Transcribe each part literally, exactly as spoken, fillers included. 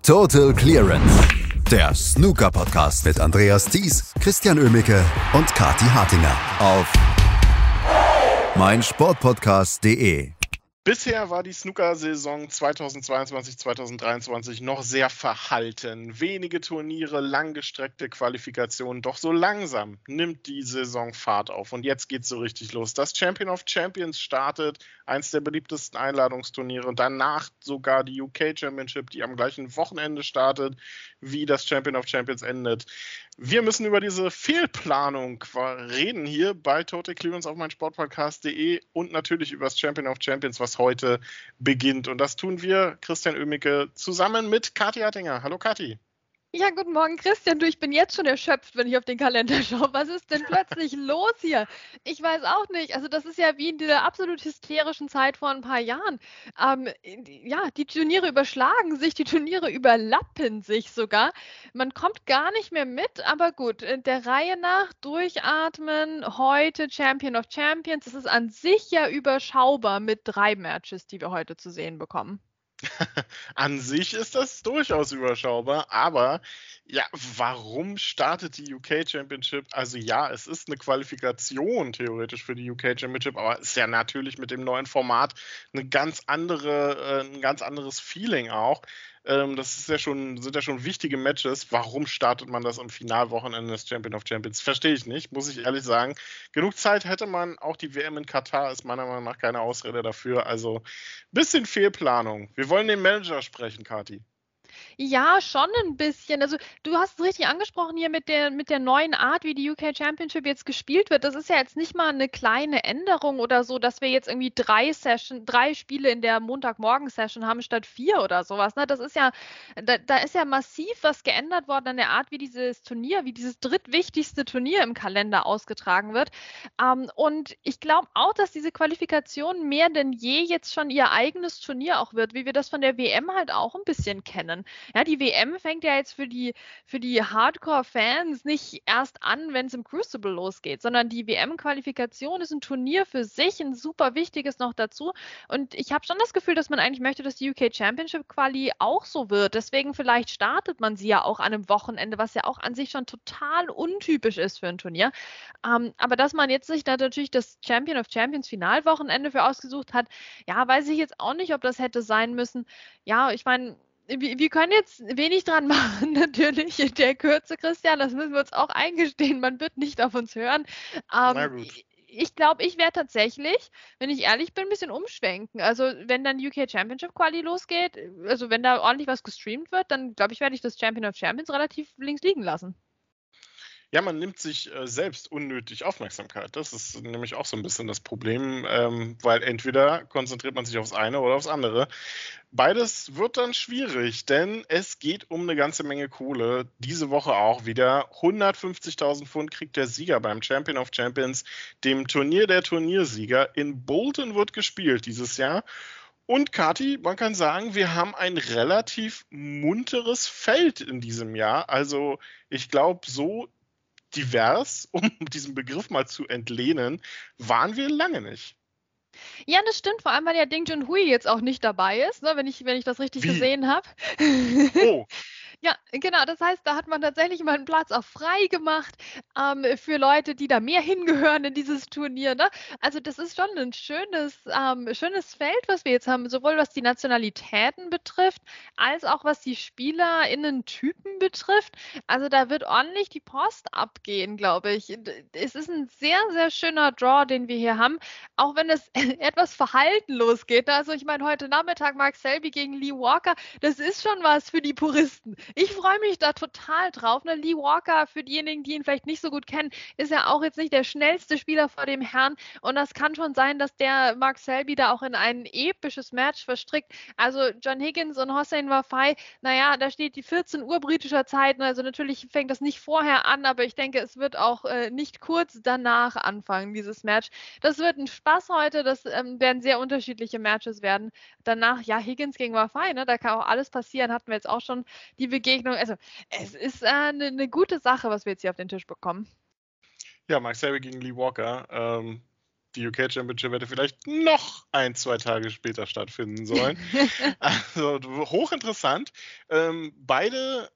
Total Clearance, der Snooker-Podcast mit Andreas Thies, Christian Oemicke und Kathi Hartinger auf meinsportpodcast punkt de. Bisher war die Snooker-Saison zweitausendzweiundzwanzig zweitausenddreiundzwanzig noch sehr verhalten. Wenige Turniere, langgestreckte Qualifikationen, doch so langsam nimmt die Saison Fahrt auf. Und jetzt geht's so richtig los. Das Champion of Champions startet, eins der beliebtesten Einladungsturniere. Und danach sogar die U K Championship, die am gleichen Wochenende startet, wie das Champion of Champions endet. Wir müssen über diese Fehlplanung reden hier bei Total Clearance auf meinsportpodcast punkt de und natürlich über das Champion of Champions, was heute beginnt. Und das tun wir, Christian Oemicke, zusammen mit Kathi Hartinger. Hallo Kathi. Ja, guten Morgen, Christian. Du, ich bin jetzt schon erschöpft, wenn ich auf den Kalender schaue. Was ist denn plötzlich los hier? Ich weiß auch nicht. Also das ist ja wie in dieser absolut hysterischen Zeit vor ein paar Jahren. Ähm, ja, die Turniere überschlagen sich, die Turniere überlappen sich sogar. Man kommt gar nicht mehr mit, aber gut, der Reihe nach durchatmen. Heute Champion of Champions. Das ist an sich ja überschaubar mit drei Matches, die wir heute zu sehen bekommen. An sich ist das durchaus überschaubar, aber ja, warum startet die U K Championship? Also ja, es ist eine Qualifikation theoretisch für die U K Championship, aber es ist ja natürlich mit dem neuen Format eine ganz andere, äh, ein ganz anderes Feeling auch. Ähm, das ist ja schon, sind ja schon wichtige Matches. Warum startet man das am Finalwochenende des Champion of Champions? Verstehe ich nicht, muss ich ehrlich sagen. Genug Zeit hätte man, auch die W M in Katar ist meiner Meinung nach keine Ausrede dafür. Also bisschen Fehlplanung. Wir wollen den Manager sprechen, Kathi. Ja, schon ein bisschen. Also du hast es richtig angesprochen hier mit der, mit der neuen Art, wie die U K Championship jetzt gespielt wird. Das ist ja jetzt nicht mal eine kleine Änderung oder so, dass wir jetzt irgendwie drei Session, drei Spiele in der Montagmorgen-Session haben statt vier oder sowas. Ne? Das ist ja, da, da ist ja massiv was geändert worden an der Art, wie dieses Turnier, wie dieses drittwichtigste Turnier im Kalender ausgetragen wird. Ähm, und ich glaube auch, dass diese Qualifikation mehr denn je jetzt schon ihr eigenes Turnier auch wird, wie wir das von der W M halt auch ein bisschen kennen. Ja, die W M fängt ja jetzt für die, für die Hardcore-Fans nicht erst an, wenn es im Crucible losgeht, sondern die W M-Qualifikation ist ein Turnier für sich, ein super wichtiges noch dazu. Und ich habe schon das Gefühl, dass man eigentlich möchte, dass die U K Championship-Quali auch so wird. Deswegen vielleicht startet man sie ja auch an einem Wochenende, was ja auch an sich schon total untypisch ist für ein Turnier. Ähm, aber dass man jetzt sich da natürlich das Champion of Champions Finalwochenende für ausgesucht hat, ja, weiß ich jetzt auch nicht, ob das hätte sein müssen. Ja, ich meine, wir können jetzt wenig dran machen, natürlich, in der Kürze, Christian, das müssen wir uns auch eingestehen, man wird nicht auf uns hören. Ähm, ich glaube, ich werde tatsächlich, wenn ich ehrlich bin, ein bisschen umschwenken. Also wenn dann U K Championship Quali losgeht, also wenn da ordentlich was gestreamt wird, dann glaube ich, werde ich das Champion of Champions relativ links liegen lassen. Ja, man nimmt sich äh, selbst unnötig Aufmerksamkeit. Das ist nämlich auch so ein bisschen das Problem, ähm, weil entweder konzentriert man sich aufs eine oder aufs andere. Beides wird dann schwierig, denn es geht um eine ganze Menge Kohle. Diese Woche auch wieder. hundertfünfzigtausend Pfund kriegt der Sieger beim Champion of Champions, dem Turnier der Turniersieger. In Bolton wird gespielt dieses Jahr. Und Kathi, man kann sagen, wir haben ein relativ munteres Feld in diesem Jahr. Also ich glaube, so divers, um diesen Begriff mal zu entlehnen, waren wir lange nicht. Ja, das stimmt, vor allem, weil ja Ding Junhui jetzt auch nicht dabei ist, ne, wenn ich, wenn ich das richtig Wie? gesehen habe. Oh. Ja, genau, das heißt, da hat man tatsächlich mal einen Platz auch frei gemacht ähm, für Leute, die da mehr hingehören in dieses Turnier. Ne? Also das ist schon ein schönes, ähm, schönes Feld, was wir jetzt haben, sowohl was die Nationalitäten betrifft, als auch was die SpielerInnen-Typen betrifft. Also da wird ordentlich die Post abgehen, glaube ich. Es ist ein sehr, sehr schöner Draw, den wir hier haben, auch wenn es etwas verhalten losgeht. Also ich meine, heute Nachmittag Mark Selby gegen Lee Walker, das ist schon was für die Puristen. Ich freue mich da total drauf. Ne? Lee Walker, für diejenigen, die ihn vielleicht nicht so gut kennen, ist ja auch jetzt nicht der schnellste Spieler vor dem Herrn. Und das kann schon sein, dass der Mark Selby da auch in ein episches Match verstrickt. Also John Higgins und Hossein Wafai, naja, da steht die vierzehn Uhr britischer Zeit. Also natürlich fängt das nicht vorher an, aber ich denke, es wird auch äh, nicht kurz danach anfangen, dieses Match. Das wird ein Spaß heute. Das ähm, werden sehr unterschiedliche Matches werden. Danach, ja, Higgins gegen Wafai, ne? Da kann auch alles passieren. Hatten wir jetzt auch schon die Begegnung. Also es ist eine äh, ne gute Sache, was wir jetzt hier auf den Tisch bekommen. Ja, Mark Selby gegen Lee Walker. Ähm, die U K Championship hätte vielleicht noch ein, zwei Tage später stattfinden sollen. Also hochinteressant. Ähm, beide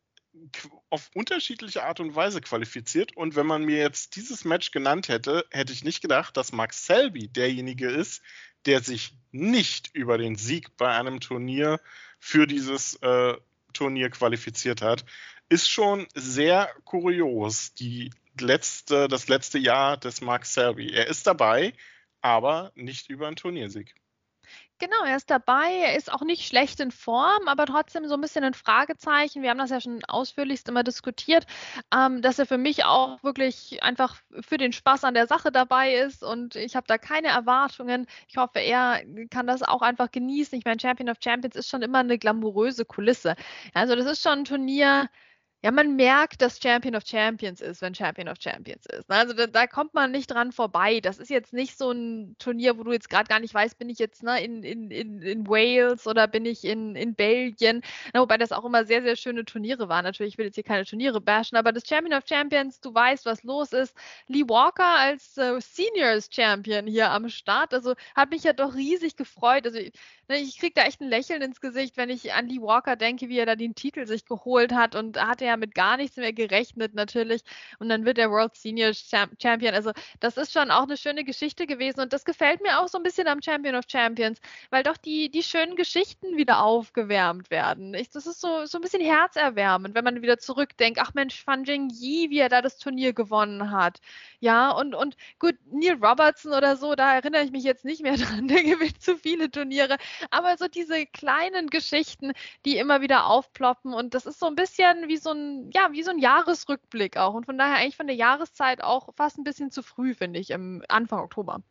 auf unterschiedliche Art und Weise qualifiziert. Und wenn man mir jetzt dieses Match genannt hätte, hätte ich nicht gedacht, dass Mark Selby derjenige ist, der sich nicht über den Sieg bei einem Turnier für dieses äh, Turnier qualifiziert hat. Ist schon sehr kurios, die letzte, das letzte Jahr des Mark Selby. Er ist dabei, aber nicht über einen Turniersieg. Genau, er ist dabei, er ist auch nicht schlecht in Form, aber trotzdem so ein bisschen ein Fragezeichen. Wir haben das ja schon ausführlichst immer diskutiert, ähm, dass er für mich auch wirklich einfach für den Spaß an der Sache dabei ist und ich habe da keine Erwartungen. Ich hoffe, er kann das auch einfach genießen. Ich meine, Champion of Champions ist schon immer eine glamouröse Kulisse. Also das ist schon ein Turnier. Ja, man merkt, dass Champion of Champions ist, wenn Champion of Champions ist. Also da, da kommt man nicht dran vorbei. Das ist jetzt nicht so ein Turnier, wo du jetzt gerade gar nicht weißt, bin ich jetzt ne, in, in, in, in Wales oder bin ich in, in Belgien. Na, wobei das auch immer sehr, sehr schöne Turniere waren. Natürlich, ich will jetzt hier keine Turniere bashen, aber das Champion of Champions, du weißt, was los ist. Lee Walker als äh, Seniors Champion hier am Start, also hat mich ja doch riesig gefreut. Also ich, ne, ich kriege da echt ein Lächeln ins Gesicht, wenn ich an Lee Walker denke, wie er da den Titel sich geholt hat und hat er ja mit gar nichts mehr gerechnet natürlich und dann wird er World Senior Champion. Also das ist schon auch eine schöne Geschichte gewesen und das gefällt mir auch so ein bisschen am Champion of Champions, weil doch die, die schönen Geschichten wieder aufgewärmt werden. Ich, das ist so, so ein bisschen herzerwärmend, wenn man wieder zurückdenkt, ach Mensch, Fan Zhengyi, wie er da das Turnier gewonnen hat. Ja, und, und gut, Neil Robertson oder so, da erinnere ich mich jetzt nicht mehr dran, der gewinnt zu viele Turniere, aber so diese kleinen Geschichten, die immer wieder aufploppen und das ist so ein bisschen wie so ein, ja, wie so ein Jahresrückblick auch und von daher eigentlich von der Jahreszeit auch fast ein bisschen zu früh, finde ich, im Anfang Oktober.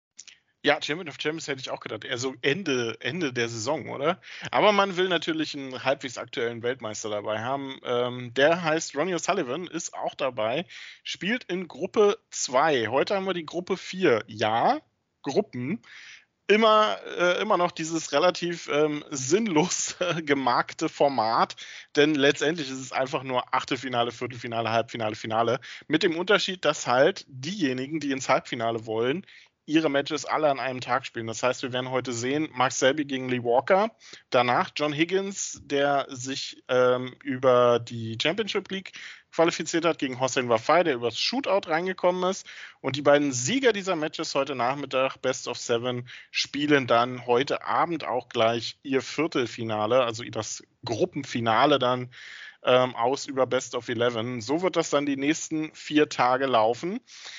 Ja, Champion of Champions hätte ich auch gedacht. Eher so Ende, Ende der Saison, oder? Aber man will natürlich einen halbwegs aktuellen Weltmeister dabei haben. Ähm, der heißt Ronnie O'Sullivan, ist auch dabei, spielt in Gruppe zwei. Heute haben wir die Gruppe vier. Ja, Gruppen. Immer, äh, immer noch dieses relativ ähm, sinnlos äh, gemarkte Format, denn letztendlich ist es einfach nur Achtelfinale, Viertelfinale, Halbfinale, Finale, mit dem Unterschied, dass halt diejenigen, die ins Halbfinale wollen, ihre Matches alle an einem Tag spielen. Das heißt, wir werden heute sehen, Mark Selby gegen Lee Walker, danach John Higgins, der sich ähm, über die Championship League qualifiziert hat, gegen Hossein Wafai, der übers Shootout reingekommen ist. Und die beiden Sieger dieser Matches heute Nachmittag, Best of Seven, spielen dann heute Abend auch gleich ihr Viertelfinale, also das Gruppenfinale dann ähm, aus über Best of Eleven. So wird das dann die nächsten vier Tage laufen.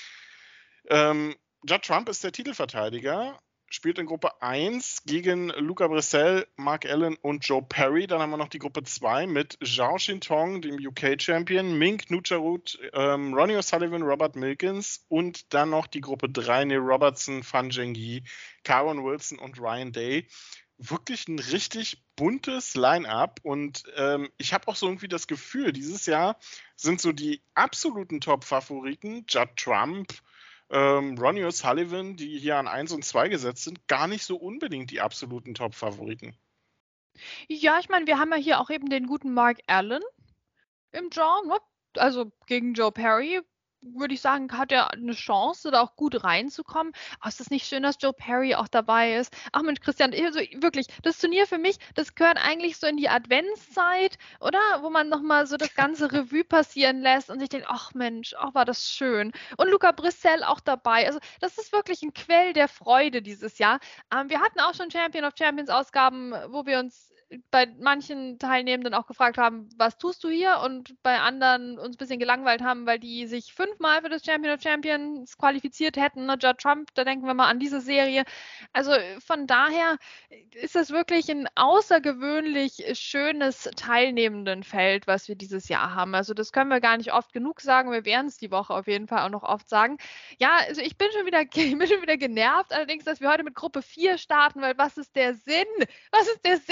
Ähm, Judd Trump ist der Titelverteidiger, spielt in Gruppe eins gegen Luca Brissell, Mark Allen und Joe Perry. Dann haben wir noch die Gruppe zwei mit Zhao Xintong, dem U K-Champion, Mink Nucharut, ähm, Ronnie O'Sullivan, Robert Milkins und dann noch die Gruppe drei, Neil Robertson, Fan Zhengyi, Karen Wilson und Ryan Day. Wirklich ein richtig buntes Line-Up und ähm, ich habe auch so irgendwie das Gefühl, dieses Jahr sind so die absoluten Top-Favoriten, Judd Trump, Ähm, Ronnie O'Sullivan, die hier an eins und zwei gesetzt sind, gar nicht so unbedingt die absoluten Top-Favoriten. Ja, ich meine, wir haben ja hier auch eben den guten Mark Allen im Draw, ne? Also gegen Joe Perry, würde ich sagen, hat er eine Chance, da auch gut reinzukommen. Aber ist das nicht schön, dass Joe Perry auch dabei ist? Ach Mensch, Christian, also wirklich, das Turnier für mich, das gehört eigentlich so in die Adventszeit, oder? Wo man nochmal so das ganze Revue passieren lässt und sich denkt, ach Mensch, ach war das schön. Und Luca Brissell auch dabei. Also das ist wirklich ein Quell der Freude dieses Jahr. Ähm, wir hatten auch schon Champion of Champions Ausgaben, wo wir uns bei manchen Teilnehmenden auch gefragt haben, was tust du hier? Und bei anderen uns ein bisschen gelangweilt haben, weil die sich fünfmal für das Champion of Champions qualifiziert hätten. Ne? Judd Trump, da denken wir mal an diese Serie. Also von daher ist es wirklich ein außergewöhnlich schönes Teilnehmendenfeld, was wir dieses Jahr haben. Also das können wir gar nicht oft genug sagen. Wir werden es die Woche auf jeden Fall auch noch oft sagen. Ja, also ich bin schon wieder, ich bin schon wieder genervt, allerdings, dass wir heute mit Gruppe vier starten, weil was ist der Sinn? Was ist der Sinn, Chris?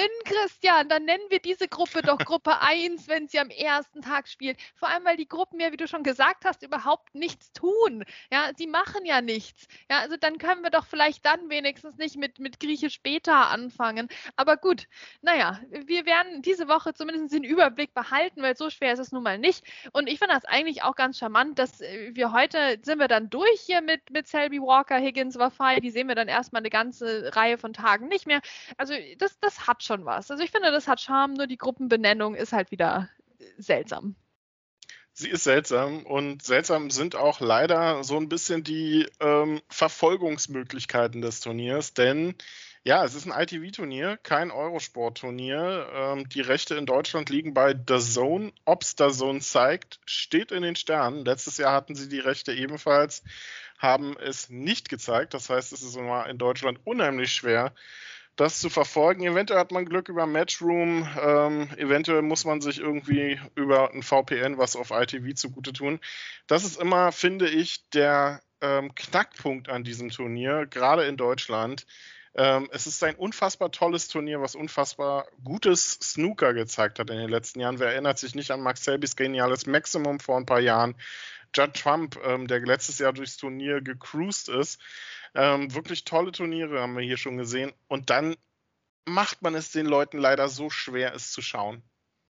Christian, dann nennen wir diese Gruppe doch Gruppe eins, wenn sie am ersten Tag spielt. Vor allem, weil die Gruppen ja, wie du schon gesagt hast, überhaupt nichts tun. Ja, sie machen ja nichts. Ja, also dann können wir doch vielleicht dann wenigstens nicht mit, mit Griechisch Beta anfangen. Aber gut, naja, wir werden diese Woche zumindest den Überblick behalten, weil so schwer ist es nun mal nicht. Und ich finde das eigentlich auch ganz charmant, dass wir heute, sind wir dann durch hier mit, mit Selby, Walker, Higgins, Wafai, die sehen wir dann erstmal eine ganze Reihe von Tagen nicht mehr. Also das, das hat schon was. Also ich finde, das hat Charme, nur die Gruppenbenennung ist halt wieder seltsam. Sie ist seltsam und seltsam sind auch leider so ein bisschen die ähm, Verfolgungsmöglichkeiten des Turniers, denn ja, es ist ein I T V-Turnier, kein Eurosport-Turnier. Ähm, die Rechte in Deutschland liegen bei DAZN. Ob es DAZN zeigt, steht in den Sternen. Letztes Jahr hatten sie die Rechte ebenfalls, haben es nicht gezeigt. Das heißt, es ist immer in Deutschland unheimlich schwer, das zu verfolgen. Eventuell hat man Glück über Matchroom, ähm, eventuell muss man sich irgendwie über ein V P N was auf I T V zugute tun. Das ist immer, finde ich, der ähm, Knackpunkt an diesem Turnier, gerade in Deutschland. Ähm, es ist ein unfassbar tolles Turnier, was unfassbar gutes Snooker gezeigt hat in den letzten Jahren. Wer erinnert sich nicht an Max Selbys geniales Maximum vor ein paar Jahren? Judd Trump, ähm, der letztes Jahr durchs Turnier gecruised ist. Ähm, wirklich tolle Turniere haben wir hier schon gesehen. Und dann macht man es den Leuten leider so schwer, es zu schauen.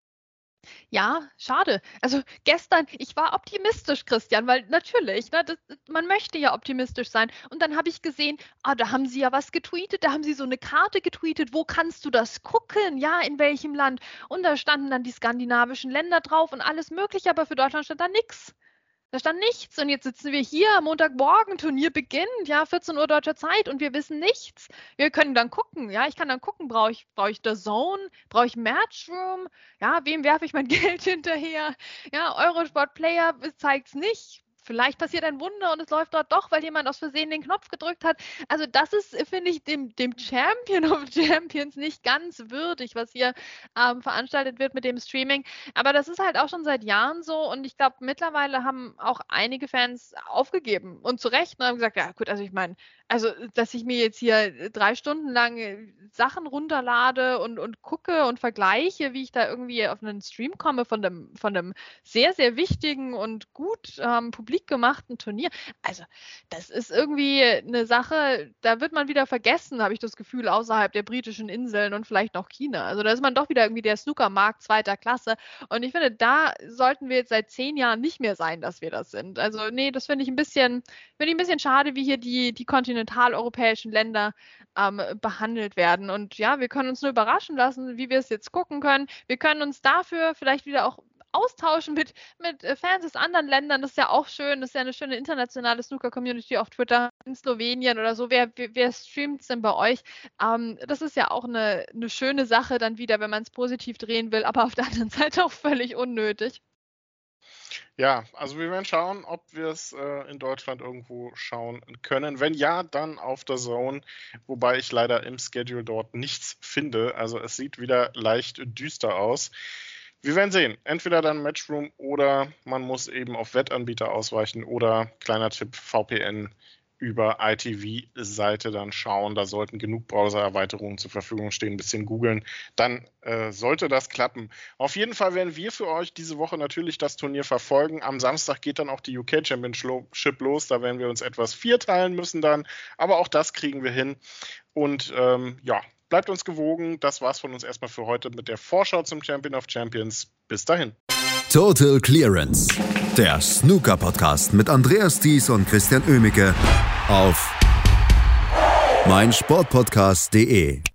Ja, schade. Also gestern, ich war optimistisch, Christian, weil natürlich, ne, das, man möchte ja optimistisch sein. Und dann habe ich gesehen, ah, da haben sie ja was getweetet, da haben sie so eine Karte getweetet, wo kannst du das gucken, ja, in welchem Land? Und da standen dann die skandinavischen Länder drauf und alles mögliche, aber für Deutschland stand da nichts. Da stand nichts und jetzt sitzen wir hier am Montagmorgen, Turnier beginnt, ja, vierzehn Uhr deutscher Zeit und wir wissen nichts. Wir können dann gucken, ja, ich kann dann gucken, brauche ich, brauche ich DAZN, brauche ich Matchroom, ja, wem werfe ich mein Geld hinterher? Ja, Eurosport Player zeigt es nicht. Vielleicht passiert ein Wunder und es läuft dort doch, weil jemand aus Versehen den Knopf gedrückt hat. Also das ist, finde ich, dem, dem Champion of Champions nicht ganz würdig, was hier ähm, veranstaltet wird mit dem Streaming. Aber das ist halt auch schon seit Jahren so und ich glaube, mittlerweile haben auch einige Fans aufgegeben und zu Recht und haben gesagt, ja gut, also ich meine, also dass ich mir jetzt hier drei Stunden lang Sachen runterlade und, und gucke und vergleiche, wie ich da irgendwie auf einen Stream komme von einem, von einem sehr, sehr wichtigen und gut ähm, publik gemachten Turnier. Also das ist irgendwie eine Sache, da wird man wieder vergessen, habe ich das Gefühl, außerhalb der britischen Inseln und vielleicht noch China. Also da ist man doch wieder irgendwie der Snookermarkt zweiter Klasse und ich finde, da sollten wir jetzt seit zehn Jahren nicht mehr sein, dass wir das sind. Also nee, das finde ich ein bisschen, finde ich ein bisschen schade, wie hier die, die kontinentaleuropäischen Länder ähm, behandelt werden. Und ja, wir können uns nur überraschen lassen, wie wir es jetzt gucken können. Wir können uns dafür vielleicht wieder auch austauschen mit, mit Fans aus anderen Ländern. Das ist ja auch schön. Das ist ja eine schöne internationale Snooker-Community auf Twitter in Slowenien oder so. Wer, wer, wer streamt es denn bei euch? Ähm, das ist ja auch eine, eine schöne Sache dann wieder, wenn man es positiv drehen will, aber auf der anderen Seite auch völlig unnötig. Ja, also wir werden schauen, ob wir es äh, in Deutschland irgendwo schauen können. Wenn ja, dann auf DAZN, wobei ich leider im Schedule dort nichts finde. Also es sieht wieder leicht düster aus. Wir werden sehen. Entweder dann Matchroom oder man muss eben auf Wettanbieter ausweichen oder, kleiner Tipp, V P N über I T V-Seite dann schauen. Da sollten genug Browser-Erweiterungen zur Verfügung stehen. Ein bisschen googeln. Dann äh, sollte das klappen. Auf jeden Fall werden wir für euch diese Woche natürlich das Turnier verfolgen. Am Samstag geht dann auch die U K Championship los. Da werden wir uns etwas vierteilen müssen dann. Aber auch das kriegen wir hin. Und ähm, ja, bleibt uns gewogen. Das war's von uns erstmal für heute mit der Vorschau zum Champion of Champions. Bis dahin. Total Clearance, der Snooker-Podcast mit Andreas Thies und Christian Oemicke auf meinsportpodcast punkt de.